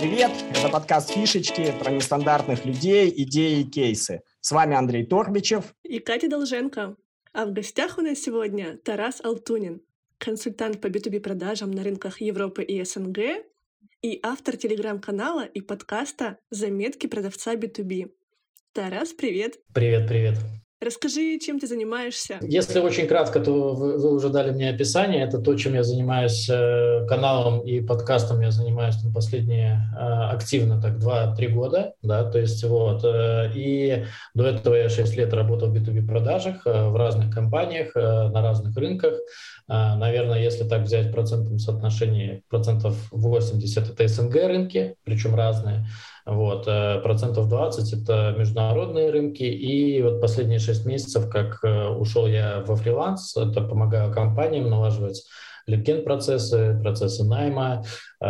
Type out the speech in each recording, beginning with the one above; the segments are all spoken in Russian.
Привет! Это подкаст «Фишечки» про нестандартных людей, идеи и кейсы. С вами Андрей Торбичев и Катя Долженко. А в гостях у нас сегодня Тарас Алтунин, консультант по B2B-продажам на рынках Европы и СНГ и автор телеграм-канала и подкаста «Заметки продавца B2B». Тарас, привет! Привет. Расскажи, чем ты занимаешься? Если очень кратко, то вы уже дали мне описание. Это то, чем я занимаюсь каналом и подкастом. Я занимаюсь последние активно так 2-3 года. Да, то есть вот. И до этого я 6 лет работал в B2B продажах в разных компаниях, на разных рынках. Наверное, если так взять в процентном соотношении, 80% это СНГ рынки, причем разные. Вот, 20% это международные рынки, и вот последние 6 месяцев, как ушел я во фриланс, это помогаю компаниям налаживать лид-ген-процессы найма,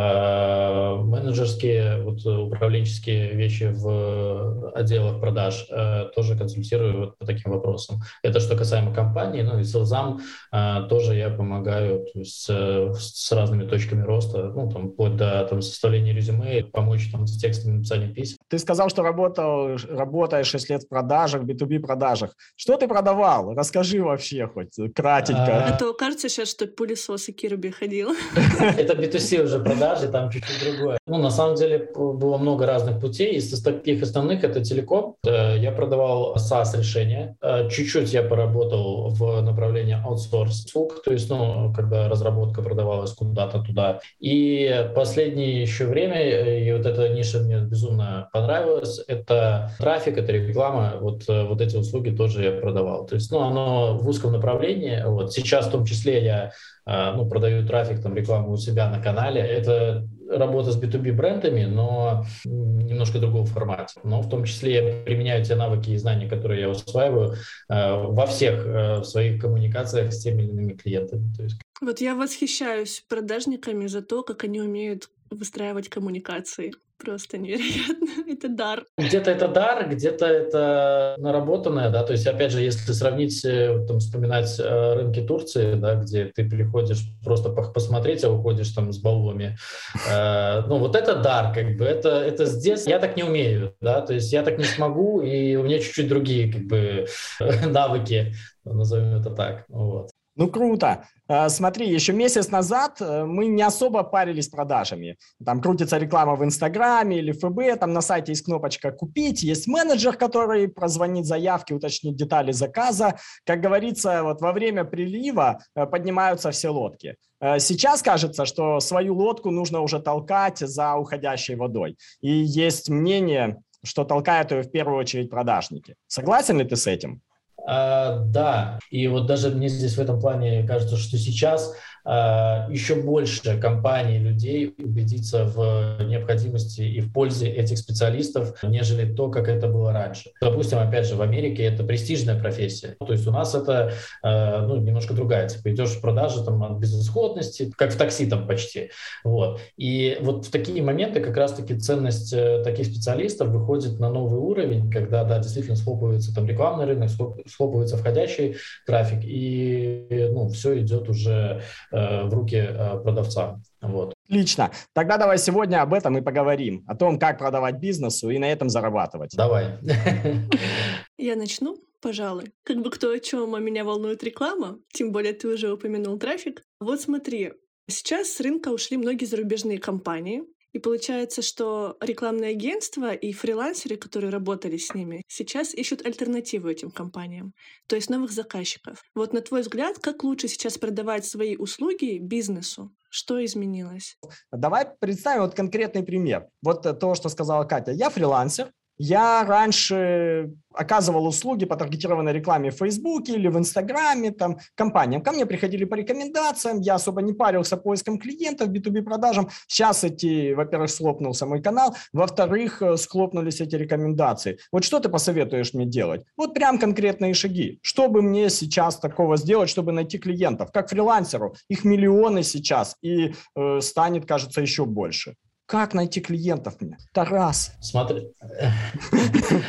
менеджерские, управленческие вещи в отделах продаж, тоже консультирую вот по таким вопросам. Это что касаемо компании, и селзам тоже я помогаю, то есть с разными точками роста, вплоть до составления резюме, помочь с текстом написания писем. Ты сказал, что работаешь 6 лет в продажах, B2B продажах. Что ты продавал? Расскажи вообще хоть кратенько. А то кажется сейчас, что пылесос и Кирби ходил. Это B2C уже продажи, там чуть-чуть другое. На самом деле было много разных путей. Из таких основных это телеком. Я продавал SaaS-решения. Чуть-чуть я поработал в направлении аутсорс-услуг, то есть, когда разработка продавалась куда-то туда. И последнее еще время, и вот эта ниша мне безумно понравилась, это трафик, это реклама. Вот эти услуги тоже я продавал. То есть, оно в узком направлении. Вот сейчас в том числе я продаю трафик, рекламу у себя на канале. Это работа с B2B брендами, но немножко другого формата. Но в том числе я применяю те навыки и знания, которые я усваиваю во всех своих коммуникациях с теми или иными клиентами. Вот я восхищаюсь продажниками за то, как они умеют выстраивать коммуникации. Просто невероятно. Это дар. Где-то это дар, где-то это наработанное, да, то есть, опять же, если сравнить, вспоминать рынки Турции, да, где ты приходишь просто посмотреть, а уходишь с баулами, вот это дар, это с детства. Я так не умею, да, то есть я так не смогу, и у меня чуть-чуть другие, навыки, назовем это так, вот. Круто. Смотри, еще месяц назад мы не особо парились продажами. Там крутится реклама в Инстаграме или ФБ, там на сайте есть кнопочка «Купить», есть менеджер, который прозвонит заявки, уточнит детали заказа. Как говорится, во время прилива поднимаются все лодки. Сейчас кажется, что свою лодку нужно уже толкать за уходящей водой. И есть мнение, что толкают ее в первую очередь продажники. Согласен ли ты с этим? Да, и даже мне здесь в этом плане кажется, что сейчас еще больше компаний, людей убедиться в необходимости и в пользе этих специалистов, нежели то, как это было раньше. Допустим, опять же, в Америке это престижная профессия. То есть у нас это немножко другая. Идешь в продажи от безысходности, как в такси почти. Вот. И вот в такие моменты как раз-таки ценность таких специалистов выходит на новый уровень, когда, да, действительно схлопывается рекламный рынок, схлопывается входящий трафик, и все идет уже в руки продавца. Вот. Отлично. Тогда давай сегодня об этом и поговорим. О том, как продавать бизнесу и на этом зарабатывать. Давай. Я начну, пожалуй. Кто о чем, а меня волнует реклама. Тем более ты уже упомянул трафик. Вот смотри, сейчас с рынка ушли многие зарубежные компании. И получается, что рекламные агентства и фрилансеры, которые работали с ними, сейчас ищут альтернативу этим компаниям, то есть новых заказчиков. Вот на твой взгляд, как лучше сейчас продавать свои услуги бизнесу? Что изменилось? Давай представим конкретный пример. То, что сказала Катя. Я фрилансер. Я раньше оказывал услуги по таргетированной рекламе в Фейсбуке или в Инстаграме, компаниям. Ко мне приходили по рекомендациям, я особо не парился поиском клиентов, B2B продажам. Сейчас во-первых, схлопнулся мой канал, во-вторых, схлопнулись эти рекомендации. Что ты посоветуешь мне делать? Прям конкретные шаги. Что бы мне сейчас такого сделать, чтобы найти клиентов? Как фрилансеру, их миллионы сейчас, и станет, кажется, еще больше. Как найти клиентов мне? Тарас. Смотри,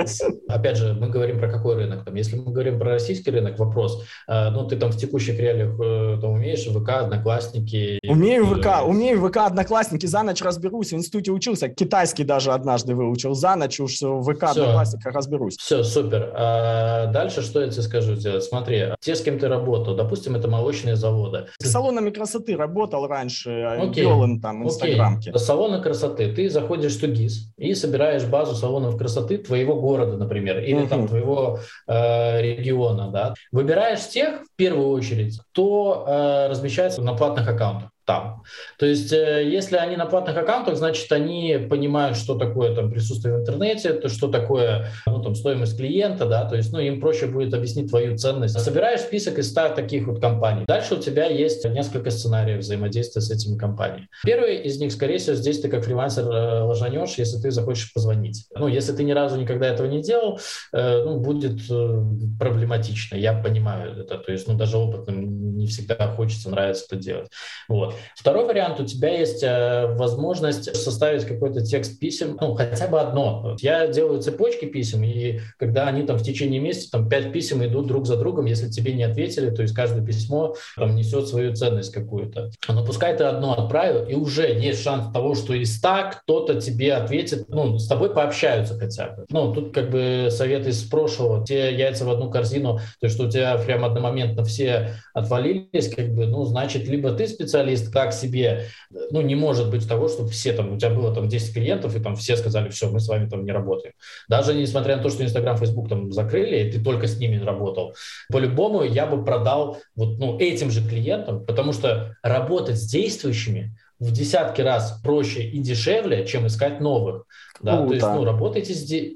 понять, опять же, мы говорим про какой рынок. Там, если мы говорим про российский рынок, вопрос, ну, ты там в текущих реалиях там, умеешь ВК, Одноклассники? Умею ВК, Одноклассники, за ночь разберусь, в институте учился, китайский даже однажды выучил, за ночь уж в ВК, Одноклассниках разберусь. Все, супер. А дальше что я тебе скажу сделать? Смотри, те, с кем ты работал, допустим, это молочные заводы. С салонами красоты работал раньше, вел им там инстаграмки. Салоны красоты. Ты заходишь в Тугис и собираешь базу салонов красоты твоего города, например, или там твоего региона, да. Выбираешь тех, в первую очередь, кто размещается на платных аккаунтах. Там. То есть, если они на платных аккаунтах, значит, они понимают, что такое там присутствие в интернете, то, что такое ну, там, стоимость клиента, да, то есть, ну, им проще будет объяснить твою ценность. Собираешь список из 100 таких вот компаний. Дальше у тебя есть несколько сценариев взаимодействия с этими компаниями. Первый из них, скорее всего, здесь ты как фрилансер ложанешь, если ты захочешь позвонить. Ну, если ты ни разу никогда этого не делал, ну, будет проблематично, я понимаю это. То есть, ну, даже опытным не всегда хочется, нравится это делать. Вот. Второй вариант, у тебя есть возможность составить какой-то текст писем, ну, хотя бы одно. Я делаю цепочки писем, и когда они там в течение месяца, там 5 писем идут друг за другом, если тебе не ответили, то есть каждое письмо там несет свою ценность какую-то. Но пускай ты одно отправил, и уже есть шанс того, что из 100 кто-то тебе ответит, ну, с тобой пообщаются хотя бы. Ну, тут как бы совет из прошлого, те яйца в одну корзину, то есть что у тебя прям одномоментно все отвалились, как бы, ну, значит, либо ты специалист, как себе, ну, не может быть того, чтобы все там, у тебя было там 10 клиентов, и там все сказали, все, мы с вами там не работаем. Даже несмотря на то, что Инстаграм, Фейсбук там закрыли, и ты только с ними работал, по-любому я бы продал вот, ну, этим же клиентам, потому что работать с действующими в десятки раз проще и дешевле, чем искать новых. Да, то есть, ну, работайте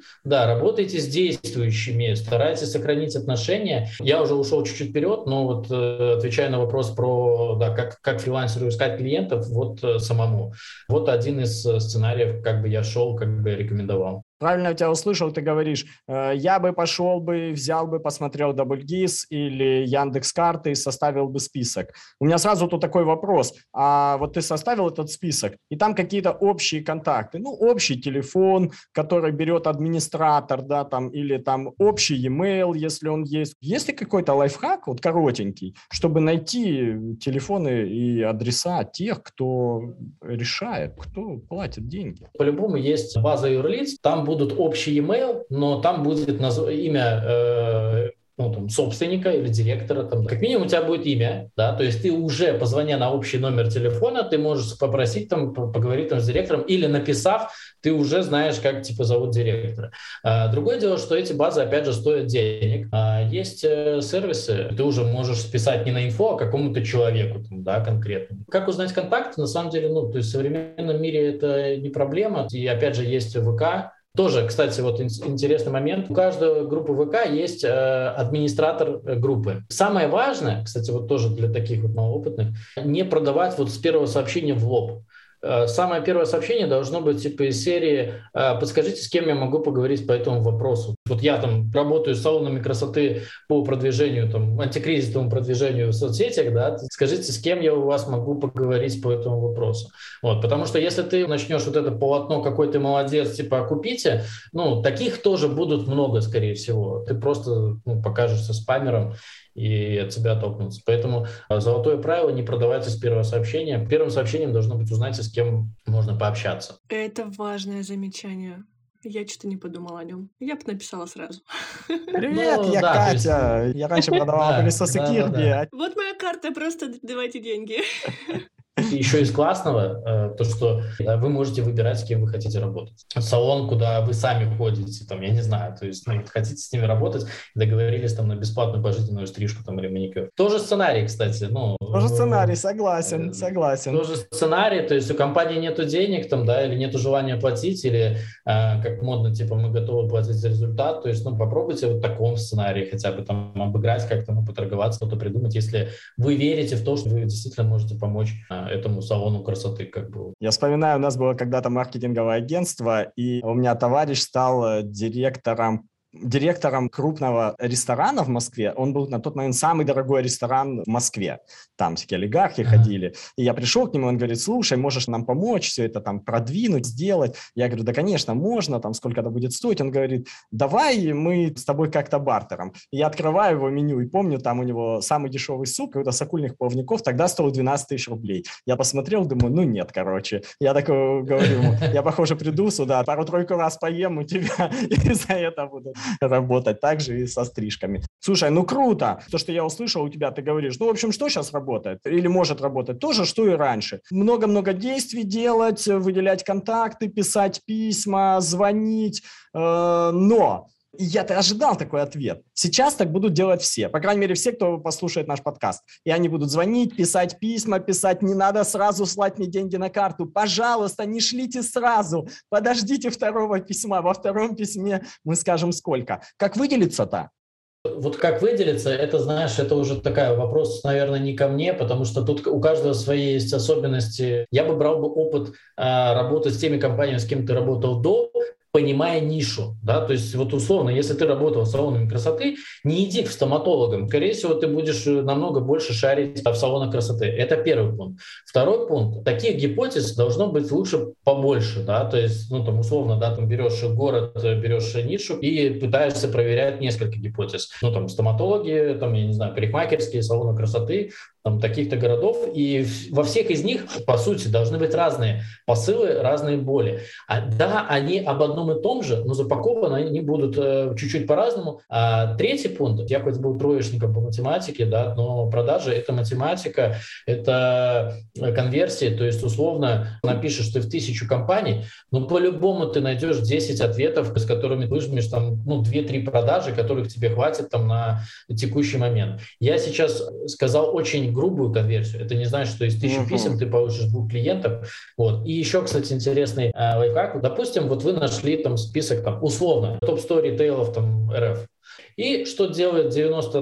с действующими, старайтесь сохранить отношения. Я уже ушел чуть-чуть вперед, но вот отвечая на вопрос про, да, как фрилансеру искать клиентов, вот самому. Вот один из сценариев, как бы я шел, как бы рекомендовал. Правильно я тебя услышал, ты говоришь, я бы пошел бы, взял бы, посмотрел Double-GIS или Яндекс.Карты и составил бы список. У меня сразу тут такой вопрос. А вот ты составил этот список, и там какие-то общие контакты, ну, общий телефон, который берет администратор, да, там, или там общий e-mail, если он есть. Есть ли какой-то лайфхак, вот коротенький, чтобы найти телефоны и адреса тех, кто решает, кто платит деньги? По-любому есть база юрлиц, там будут общий e-mail, но там будет имя ну, там, собственника или директора. Там. Как минимум у тебя будет имя, да, то есть ты уже, позвоня на общий номер телефона, ты можешь попросить там, поговорить там с директором, или написав, ты уже знаешь, как типа зовут директора. Другое дело, что эти базы, опять же, стоят денег. Есть сервисы, ты уже можешь списать не на инфо, а какому-то человеку, там, да, конкретному. Как узнать контакты? На самом деле, ну, то есть в современном мире это не проблема. И опять же, есть ВК. Тоже, кстати, вот интересный момент. У каждой группы ВК есть администратор группы. Самое важное, кстати, вот тоже для таких вот малоопытных, не продавать вот с первого сообщения в лоб. Самое первое сообщение должно быть типа из серии «Подскажите, с кем я могу поговорить по этому вопросу». Вот я там работаю с салонами красоты по продвижению, там, антикризисному продвижению в соцсетях, да, скажите, с кем я у вас могу поговорить по этому вопросу. Вот, потому что если ты начнешь вот это полотно «какой ты молодец», типа «купите», ну, таких тоже будут много, скорее всего. Ты просто покажешься спамером, и от себя оттолкнуться. Поэтому золотое правило — не продавайте с первого сообщения. Первым сообщением должно быть «узнайте, с кем можно пообщаться». Это важное замечание. Я что-то не подумала о нем. Я бы написала сразу. Привет, я Катя. Я раньше продавала пылесосы Кирби. Вот моя карта, просто давайте деньги. И еще из классного, то, что вы можете выбирать, с кем вы хотите работать. Салон, куда вы сами ходите, там, я не знаю, то есть, ну, хотите с ними работать, договорились там на бесплатную пожизненную стрижку там, или маникюр. Тоже сценарий, кстати. Ну, тоже сценарий, согласен. Тоже сценарий, то есть у компании нету денег, там, да, или нету желания платить, или как модно, типа, мы готовы платить за результат, то есть, ну, попробуйте вот в таком сценарии хотя бы там обыграть как-то, ну, поторговаться, что-то придумать, если вы верите в то, что вы действительно можете помочь этому салону красоты, как бы. Я вспоминаю, у нас было когда-то маркетинговое агентство, и у меня товарищ стал директором директором крупного ресторана в Москве. Он был на тот момент самый дорогой ресторан в Москве. Там всякие олигархи ходили. И я пришел к нему, он говорит: слушай, можешь нам помочь все это там продвинуть, сделать? Я говорю: да, конечно, можно, там сколько это будет стоить. Он говорит: давай мы с тобой как-то бартером. И я открываю его меню и помню, там у него самый дешевый суп, какой-то сокольных плавников, тогда стоил 12 тысяч рублей. Я посмотрел, думаю, ну нет, короче. Я такой говорю ему: я, похоже, приду сюда, пару-тройку раз поем у тебя, и за это буду работать. Так же и со стрижками. Слушай, ну круто. То, что я услышал у тебя, ты говоришь, ну, в общем, что сейчас работает? Или может работать? То же, что и раньше. Много-много действий делать, выделять контакты, писать письма, звонить. Но я-то ожидал такой ответ. Сейчас так будут делать все. По крайней мере, все, кто послушает наш подкаст. И они будут звонить, писать письма, писать: не надо сразу слать мне деньги на карту. Пожалуйста, не шлите сразу. Подождите второго письма. Во втором письме мы скажем сколько. Как выделиться-то? Вот как выделиться, это, знаешь, это уже такой вопрос, наверное, не ко мне, потому что тут у каждого свои есть особенности. Я бы брал бы опыт работы с теми компаниями, с кем ты работал до, понимая нишу, да, то есть вот условно, если ты работал в салонами красоты, не иди к стоматологам, скорее всего, ты будешь намного больше шарить в салонах красоты. Это первый пункт. Второй пункт: таких гипотез должно быть лучше побольше, да, то есть, ну, там, условно, да, там берешь город, берешь нишу и пытаешься проверять несколько гипотез. Ну, там, стоматологи, там, я не знаю, парикмахерские, салоны красоты, там, таких-то городов, и во всех из них, по сути, должны быть разные посылы, разные боли. Да, они об одном и том же, но запакованы они будут чуть-чуть по-разному. А третий пункт: я хоть был троечником по математике, да, но продажи — это математика, это конверсии, то есть, условно, напишешь ты в 1000 компаний, но по-любому ты найдешь 10 ответов, с которыми ты выжмешь там, ну, 2-3 продажи, которых тебе хватит там на текущий момент. Я сейчас сказал очень грубую конверсию. Это не значит, что из 1000 писем ты получишь 2 клиентов. Вот. И еще, кстати, интересный лайфхак. Допустим, вот вы нашли там список, там, условно, топ-100 ритейлов там, РФ. И что делает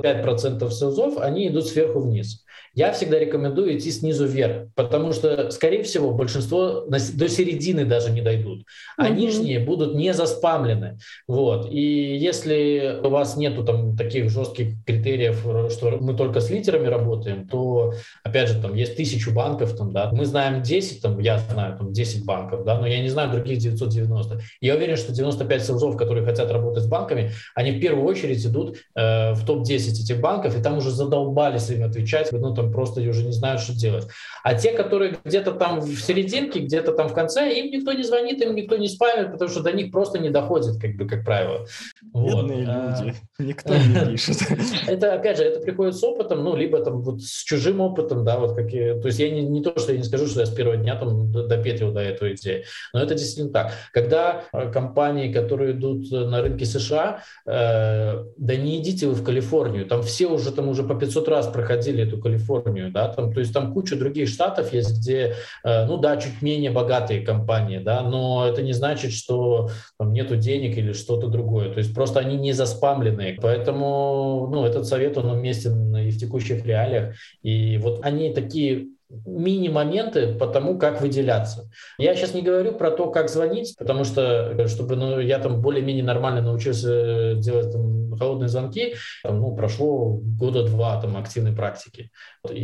95% селзов? Они идут сверху вниз. Я всегда рекомендую идти снизу вверх, потому что, скорее всего, большинство до середины даже не дойдут, а нижние будут не заспамлены. Вот. И если у вас нету там таких жестких критериев, что мы только с лидерами работаем, то, опять же, там есть 1000 банков, там, да, мы знаем 10, там, я знаю там 10 банков, да, но я не знаю других 990. Я уверен, что 95 селзов, которые хотят работать с банками, они в первую очередь идут в топ-10 этих банков, и там уже задолбались им отвечать, ну, там просто уже не знают, что делать. А те, которые где-то там в серединке, где-то там в конце, им никто не звонит, им никто не спамит, потому что до них просто не доходит, как правило. Бедные люди, никто не пишет. Это, опять же, это приходит с опытом, ну, либо там вот с чужим опытом, да, вот какие. То есть я не то, что я не скажу, что я с первого дня там допетил до этой идеи, но это действительно так. Когда компании, которые идут на рынке США, да не идите вы в Калифорнию, там все уже по 500 раз проходили эту Калифорнию, да, там, то есть там куча других штатов есть, где, ну да, чуть менее богатые компании, да, но это не значит, что там нету денег или что-то другое, то есть просто они не заспамлены, поэтому, ну, этот совет, он уместен и в текущих реалиях, и вот они такие мини-моменты по тому, как выделяться. Я сейчас не говорю про то, как звонить, потому что, чтобы я там более-менее нормально научился делать там холодные звонки, там, ну, прошло 2 года там активной практики.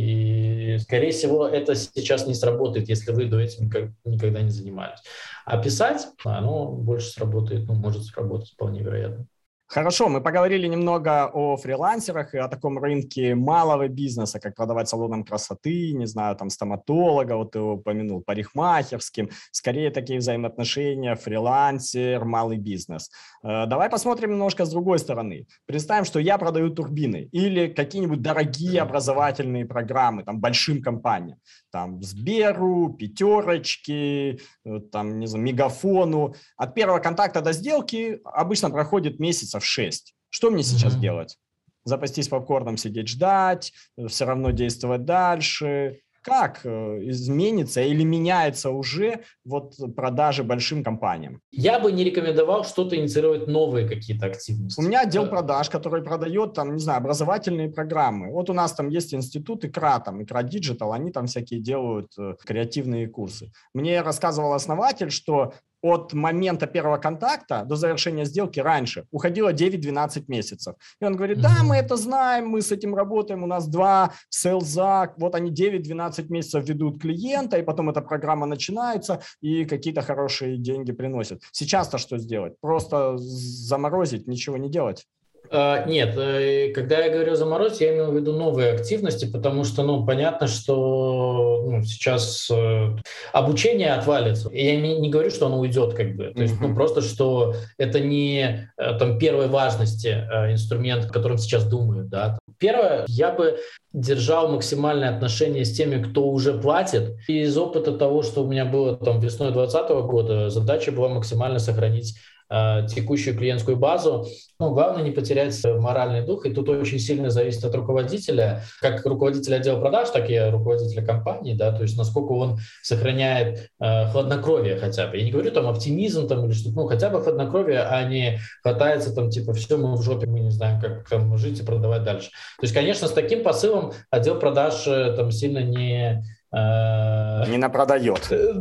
И, скорее всего, это сейчас не сработает, если вы до этого никогда не занимались. А писать, оно больше сработает, ну, может сработать вполне вероятно. Хорошо, мы поговорили немного о фрилансерах и о таком рынке малого бизнеса, как продавать салонам красоты, не знаю, там стоматолога, вот ты упомянул, парикмахерским. Скорее такие взаимоотношения фрилансер, малый бизнес. Давай посмотрим немножко с другой стороны. Представим, что я продаю турбины или какие-нибудь дорогие образовательные программы там, большим компаниям. Там Сберу, Пятерочке, там, не знаю, Мегафону. От первого контакта до сделки обычно проходит месяцев 6. Что мне сейчас делать? Запастись попкорном, сидеть ждать, все равно действовать дальше? Как изменится или меняется уже вот продажи большим компаниям? Я бы не рекомендовал что-то инициировать, новые какие-то активности. У меня отдел продаж, который продает там, не знаю, образовательные программы. Вот у нас там есть институт Икра, там Икра Digital, они там всякие делают креативные курсы. Мне рассказывал основатель, что от момента первого контакта до завершения сделки раньше уходило 9-12 месяцев. И он говорит, да, мы это знаем, мы с этим работаем, у нас 2 сейлза, вот они 9-12 месяцев ведут клиента, и потом эта программа начинается, и какие-то хорошие деньги приносят. Сейчас-то что сделать? Просто заморозить, ничего не делать? Нет, когда я говорю заморозить, я имею в виду новые активности, потому что, понятно, что сейчас обучение отвалится. И я не говорю, что оно уйдет, как бы. То есть, просто, что это не первой важности инструмент, о котором сейчас думают, да. Первое, я бы держал максимальное отношение с теми, кто уже платит. И из опыта того, что у меня было весной 2020 года, задача была максимально сохранить текущую клиентскую базу. Главное не потерять моральный дух, и тут очень сильно зависит от руководителя, как руководителя отдела продаж, так и руководителя компании, да, то есть насколько он сохраняет хладнокровие хотя бы. Я не говорю оптимизм или что-то, хотя бы хладнокровие, а не хватается все, мы в жопе, мы не знаем, как жить и продавать дальше. То есть, конечно, с таким посылом отдел продаж сильно не напродает.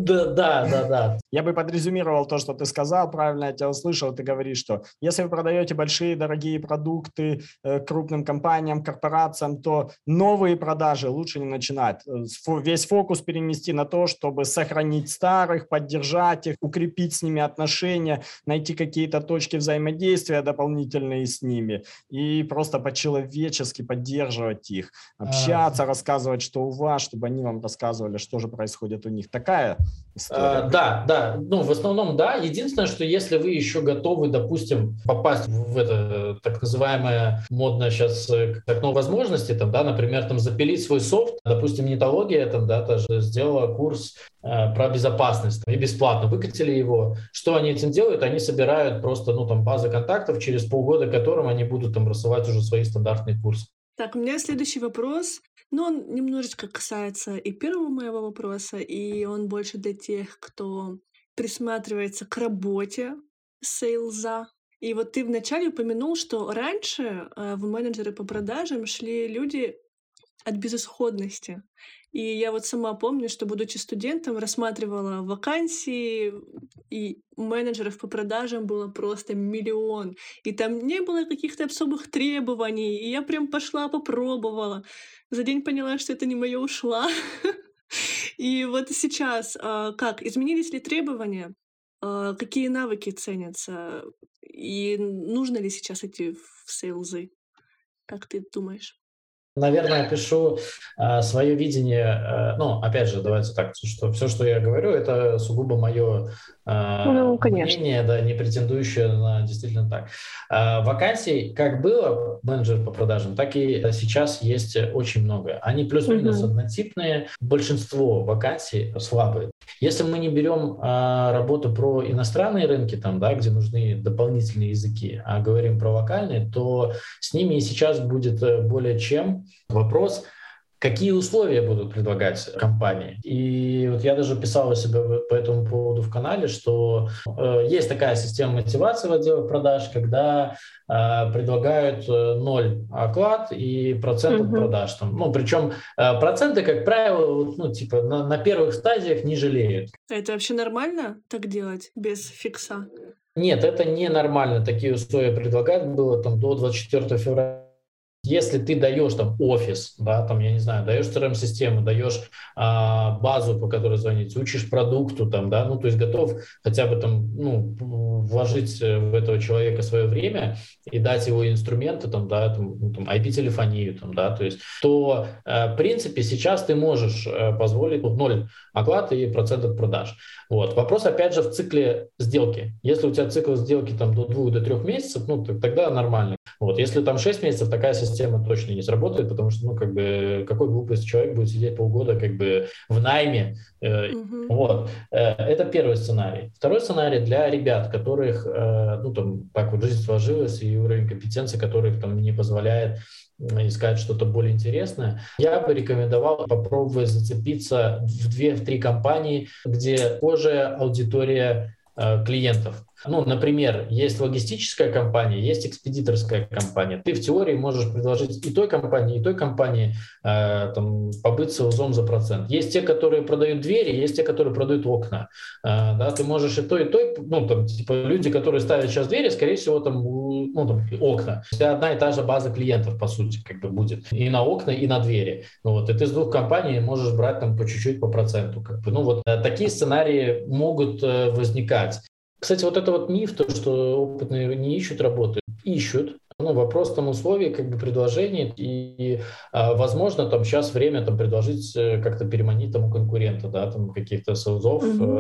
Да. Я бы подрезюмировал то, что ты сказал, правильно я тебя услышал. Ты говоришь, что если вы продаете большие, дорогие продукты крупным компаниям, корпорациям, то новые продажи лучше не начинать. Весь фокус перенести на то, чтобы сохранить старых, поддержать их, укрепить с ними отношения, найти какие-то точки взаимодействия дополнительные с ними и просто по-человечески поддерживать их, общаться, рассказывать, что у вас, чтобы они вам рассказывали, что же происходит у них. Такая история. Да. В основном, да. Единственное, что если вы еще готовы, допустим, попасть в это так называемое модное сейчас окно возможностей, например, запилить свой софт, допустим, Нетология, даже сделала курс про безопасность и бесплатно выкатили его. Что они этим делают? Они собирают просто, базы контактов, через полгода которым они будут рассылать уже свои стандартные курсы. Так, у меня следующий вопрос. Он немножечко касается и первого моего вопроса, и он больше для тех, кто присматривается к работе сейлза. И вот ты вначале упомянул, что раньше в менеджеры по продажам шли люди от безысходности. И я вот сама помню, что, будучи студентом, рассматривала вакансии, и менеджеров по продажам было просто миллион. И там не было каких-то особых требований. И я прям пошла, попробовала. За день поняла, что это не моё, ушла. И вот сейчас как? Изменились ли требования? Какие навыки ценятся? И нужно ли сейчас идти в сейлзы? Как ты думаешь? Наверное, опишу свое видение. Опять же, давайте так, что все, что я говорю, это сугубо мое мнение, да, не претендующее на действительно так. Вакансий как было менеджер по продажам, так и сейчас есть очень много. Они плюс-минус однотипные. Большинство вакансий слабые. Если мы не берем работу про иностранные рынки, где нужны дополнительные языки, а говорим про локальные, то с ними и сейчас будет более чем. Вопрос, какие условия будут предлагать компании. И вот я даже писал у себя по этому поводу в канале, что есть такая система мотивации в отделе продаж, когда предлагают 0 оклад и процент от продаж. Причем проценты, как правило, на первых стадиях не жалеют. Это вообще нормально так делать без фикса? Нет, это не нормально. Такие условия предлагают было до 24 февраля. Если ты даешь офис, да, я не знаю, даешь CRM-систему, даешь базу, по которой звонить, учишь продукту, то есть готов хотя бы вложить в этого человека свое время и дать его инструменты, IP-телефонию, то есть, то в принципе сейчас ты можешь позволить 0 оклад и процент от продаж. Вот. Вопрос опять же в цикле сделки. Если у тебя цикл сделки до 2-3 месяцев, тогда нормально. Вот. Если 6 месяцев, такая система точно не сработает, потому что, какой глупый человек будет сидеть полгода в найме. Вот. Это первый сценарий. Второй сценарий для ребят, которых, так вот жизнь сложилась, и уровень компетенции, которых не позволяет искать что-то более интересное, я бы рекомендовал попробовать зацепиться в 2-3 компании, где схожая аудитория клиентов. Ну, например, есть логистическая компания, есть экспедиторская компания. Ты в теории можешь предложить и той компании там, побыть селзом за процент. Есть те, которые продают двери, есть те, которые продают окна. Да, ты можешь и той, ну, там, типа, люди, которые ставят сейчас двери, скорее всего, там, ну, там, окна. Это одна и та же база клиентов, по сути, как бы будет. И на окна, и на двери. Ну, вот, и ты с двух компаний можешь брать там по чуть-чуть, по проценту. Как бы. Ну, вот такие сценарии могут возникать. Кстати, вот это вот миф, то, что опытные не ищут работы. Ищут. Ну, вопрос там условий, как бы предложений, и, возможно, там сейчас время там предложить как-то переманить там у конкурента, да, там каких-то селзов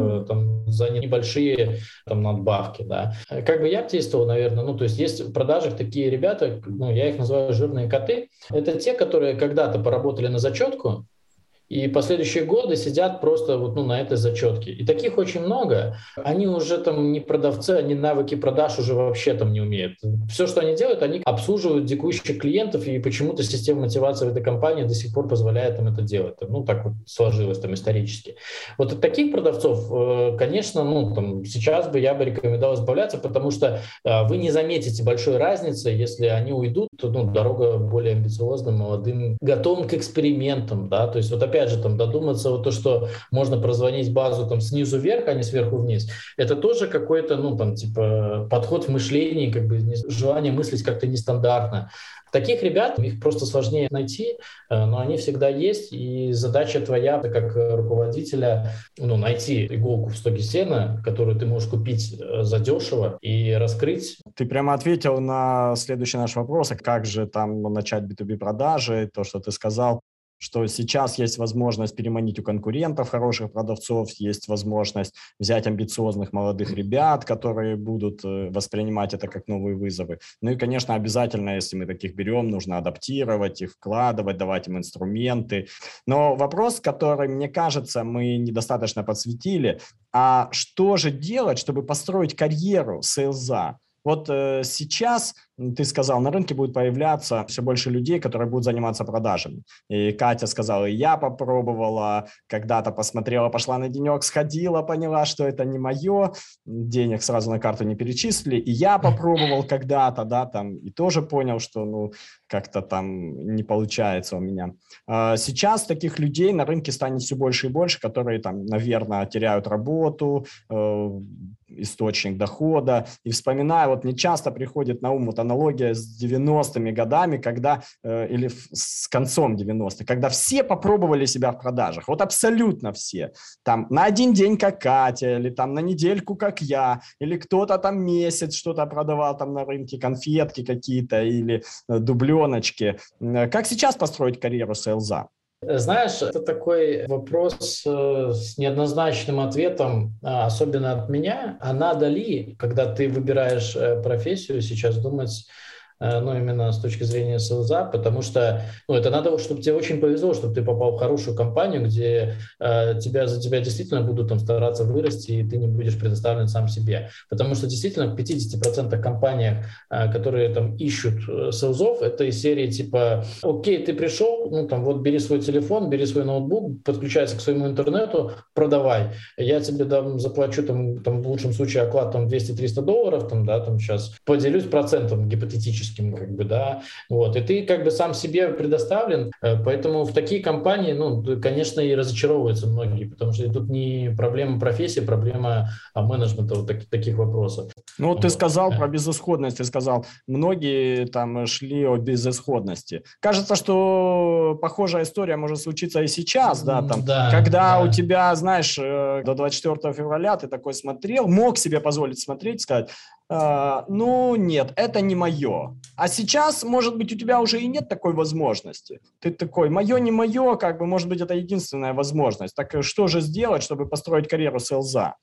там за небольшие там надбавки, да. Как бы я бы действовал, наверное, ну, то есть в продажах такие ребята, ну, я их называю жирные коты, это те, которые когда-то поработали на зачетку, и последующие годы сидят просто вот, ну, на этой зачетке. И таких очень много. Они уже там не продавцы, они навыки продаж уже вообще там не умеют. Все, что они делают, они обслуживают текущих клиентов, и почему-то система мотивации в этой компании до сих пор позволяет им это делать. Ну, так вот сложилось там исторически. Вот от таких продавцов, конечно, ну, там, сейчас я бы рекомендовал избавляться, потому что вы не заметите большой разницы, если они уйдут, то, ну, дорога более амбициозным, молодым, готовым к экспериментам, да, то есть вот опять же там додуматься вот то, что можно прозвонить базу там снизу вверх, а не сверху вниз, это тоже какой-то, ну, там, типа, подход в мышлении, как бы желание мыслить как-то нестандартно. Таких ребят, их просто сложнее найти, но они всегда есть, и задача твоя, как руководителя, ну, найти иголку в стоге сена, которую ты можешь купить задешево и раскрыть. Ты прямо ответил на следующий наш вопрос, а как же там начать B2B продажи, то, что ты сказал, что сейчас есть возможность переманить у конкурентов хороших продавцов, есть возможность взять амбициозных молодых ребят, которые будут воспринимать это как новые вызовы. Ну и, конечно, обязательно, если мы таких берем, нужно адаптировать их, вкладывать, давать им инструменты. Но вопрос, который, мне кажется, мы недостаточно подсветили, а что же делать, чтобы построить карьеру сейлза? Вот сейчас, ты сказал, на рынке будет появляться все больше людей, которые будут заниматься продажами. И Катя сказала, и я попробовала, когда-то посмотрела, пошла на денек, сходила, поняла, что это не мое, денег сразу на карту не перечислили. И я попробовал когда-то, да, там, и тоже понял, что, ну, как-то там не получается у меня. Сейчас таких людей на рынке станет все больше и больше, которые там, наверное, теряют работу, источник дохода. И вспоминаю, вот мне часто приходит на ум вот аналогия с 90-ми годами, когда, или с концом 90-х, когда все попробовали себя в продажах. Вот абсолютно все. Там на один день, как Катя, или там на недельку, как я, или кто-то там месяц что-то продавал там на рынке, конфетки какие-то или дубленочки. Как сейчас построить карьеру сейлза? Знаешь, это такой вопрос с неоднозначным ответом, особенно от меня. А надо ли, когда ты выбираешь профессию, сейчас думать, ну, именно с точки зрения селза, потому что, ну, это надо, чтобы тебе очень повезло, чтобы ты попал в хорошую компанию, где за тебя действительно будут там стараться вырасти, и ты не будешь предоставлен сам себе. Потому что действительно в 50% компаниях, которые там ищут селзов, это из серии типа, окей, ты пришел, ну, там, вот бери свой телефон, бери свой ноутбук, подключайся к своему интернету, продавай. Я тебе там заплачу, там, в лучшем случае, оклад там $200-300, там, да, там сейчас поделюсь процентом гипотетически, как бы, да, вот, и ты как бы сам себе предоставлен, поэтому в такие компании, ну, конечно, и разочаровываются многие, потому что тут не проблема профессии, проблема менеджмента вот таких вопросов. Ну, вот ты сказал про безысходность, ты сказал, многие там шли о безысходности. Кажется, что похожая история может случиться и сейчас, да, там, когда у тебя, знаешь, до 24 февраля ты такой смотрел, мог себе позволить смотреть, сказать, ну, нет, это не мое. А сейчас, может быть, у тебя уже и нет такой возможности. Ты такой, мое, не мое, как бы, может быть, это единственная возможность. Так что же сделать, чтобы построить карьеру сейлза?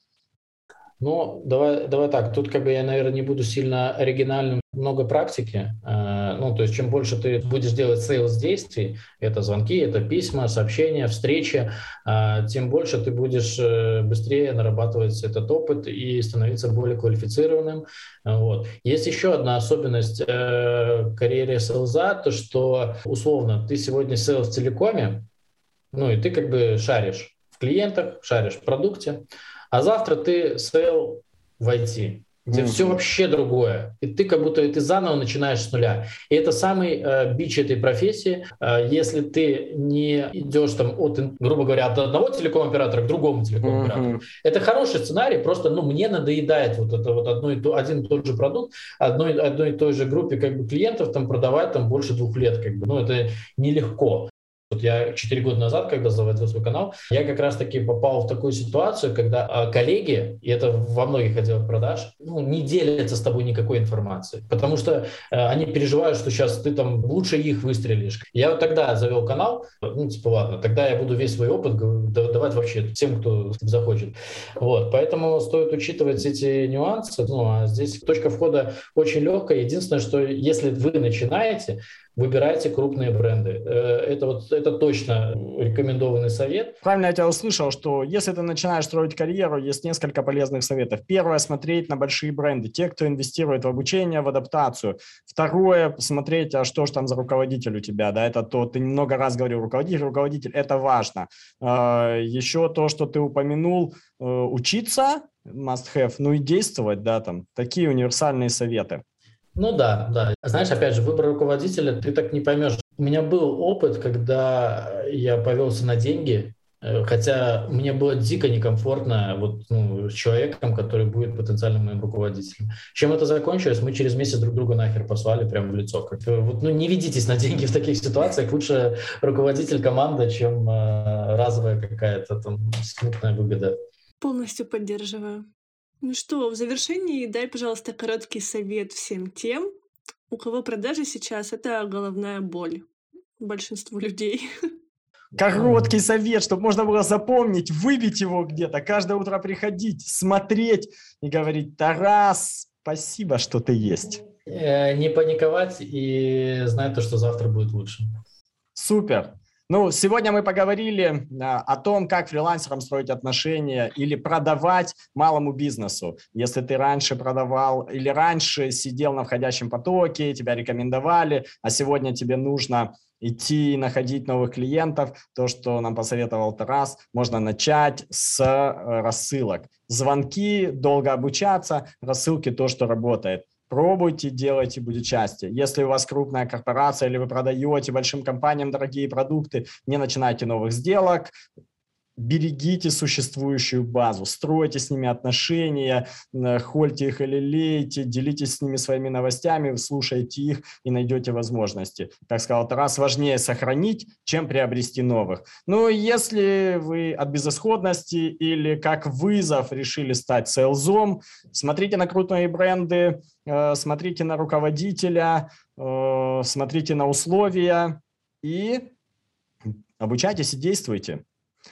Ну, давай так. Тут как бы я, наверное, не буду сильно оригинальным. Много практики. Ну, то есть чем больше ты будешь делать сейлс-действий, это звонки, это письма, сообщения, встречи, тем больше ты будешь быстрее нарабатывать этот опыт и становиться более квалифицированным. Вот. Есть еще одна особенность карьеры сейлза, то что, условно, ты сегодня сейлс в телекоме, ну, и ты как бы шаришь в клиентах, шаришь в продукте, а завтра ты сейл в IT. где все вообще другое. И ты как будто ты заново начинаешь с нуля. И это самый бич этой профессии. Если ты не идешь там от, грубо говоря, от одного телеком-оператора к другому телеком-оператору. Это хороший сценарий, просто мне надоедает вот это вот один и тот же продукт, одной и той же группе как бы клиентов там продавать там больше 2 лет. Как бы. Это нелегко. Вот я 4 года назад, когда заводил свой канал, я как раз-таки попал в такую ситуацию, когда коллеги, и это во многих отделах продаж, не делятся с тобой никакой информацией, потому что они переживают, что сейчас ты там лучше их выстрелишь. Я вот тогда завел канал, ладно, тогда я буду весь свой опыт давать вообще тем, кто захочет. Вот, поэтому стоит учитывать эти нюансы. А здесь точка входа очень легкая. Единственное, что если вы начинаете, выбирайте крупные бренды. Это точно рекомендованный совет. Правильно я тебя услышал, что если ты начинаешь строить карьеру, есть несколько полезных советов. Первое – смотреть на большие бренды, те, кто инвестирует в обучение, в адаптацию. Второе – смотреть, а что же там за руководитель у тебя. Да? Это то, ты много раз говорил, руководитель – это важно. Еще то, что ты упомянул, учиться, must have, и действовать, да, там, такие универсальные советы. Да. Знаешь, опять же, выбор руководителя ты так не поймешь. У меня был опыт, когда я повелся на деньги, хотя мне было дико некомфортно с человеком, который будет потенциальным моим руководителем. Чем это закончилось? Мы через месяц друг друга нахер послали прямо в лицо. Не ведитесь на деньги в таких ситуациях. Лучше руководитель команды, чем разовая какая-то там смутная выгода. Полностью поддерживаю. Ну что, в завершении дай, пожалуйста, короткий совет всем тем, у кого продажи сейчас — это головная боль большинству людей. Короткий совет, чтобы можно было запомнить, выбить его где-то, каждое утро приходить, смотреть и говорить: Тарас, спасибо, что ты есть. Не паниковать и знать то, что завтра будет лучше. Супер. Сегодня мы поговорили о том, как фрилансерам строить отношения или продавать малому бизнесу. Если ты раньше продавал или раньше сидел на входящем потоке, тебя рекомендовали, а сегодня тебе нужно идти находить новых клиентов, то, что нам посоветовал Тарас, можно начать с рассылок. Звонки, долго обучаться, рассылки – то, что работает. Пробуйте, делайте, будет счастье. Если у вас крупная корпорация или вы продаете большим компаниям дорогие продукты, не начинайте новых сделок, берегите существующую базу, стройте с ними отношения, хольте их или лейте, делитесь с ними своими новостями, слушайте их и найдете возможности. Как сказал Тарас, важнее сохранить, чем приобрести новых. Если вы от безысходности или как вызов решили стать сейлзом, смотрите на крупные бренды, смотрите на руководителя, смотрите на условия и обучайтесь и действуйте.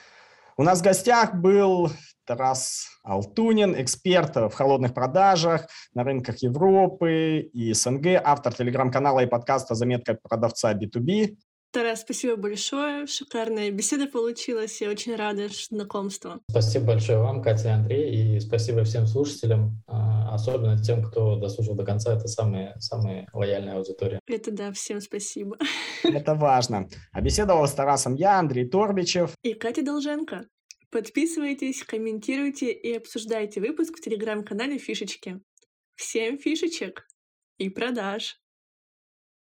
У нас в гостях был Тарас Алтунин, эксперт в холодных продажах на рынках Европы и СНГ, автор телеграм-канала и подкаста «Заметка продавца B2B». Тарас, спасибо большое. Шикарная беседа получилась. Я очень рада знакомству. Спасибо большое вам, Катя и Андрей, и спасибо всем слушателям, особенно тем, кто дослушал до конца. Это самая лояльная аудитория. Это да, всем спасибо. Это важно. А беседовал с Тарасом я, Андрей Торбичев и Катя Долженко. Подписывайтесь, комментируйте и обсуждайте выпуск в телеграм-канале «Фишечки». Всем фишечек и продаж!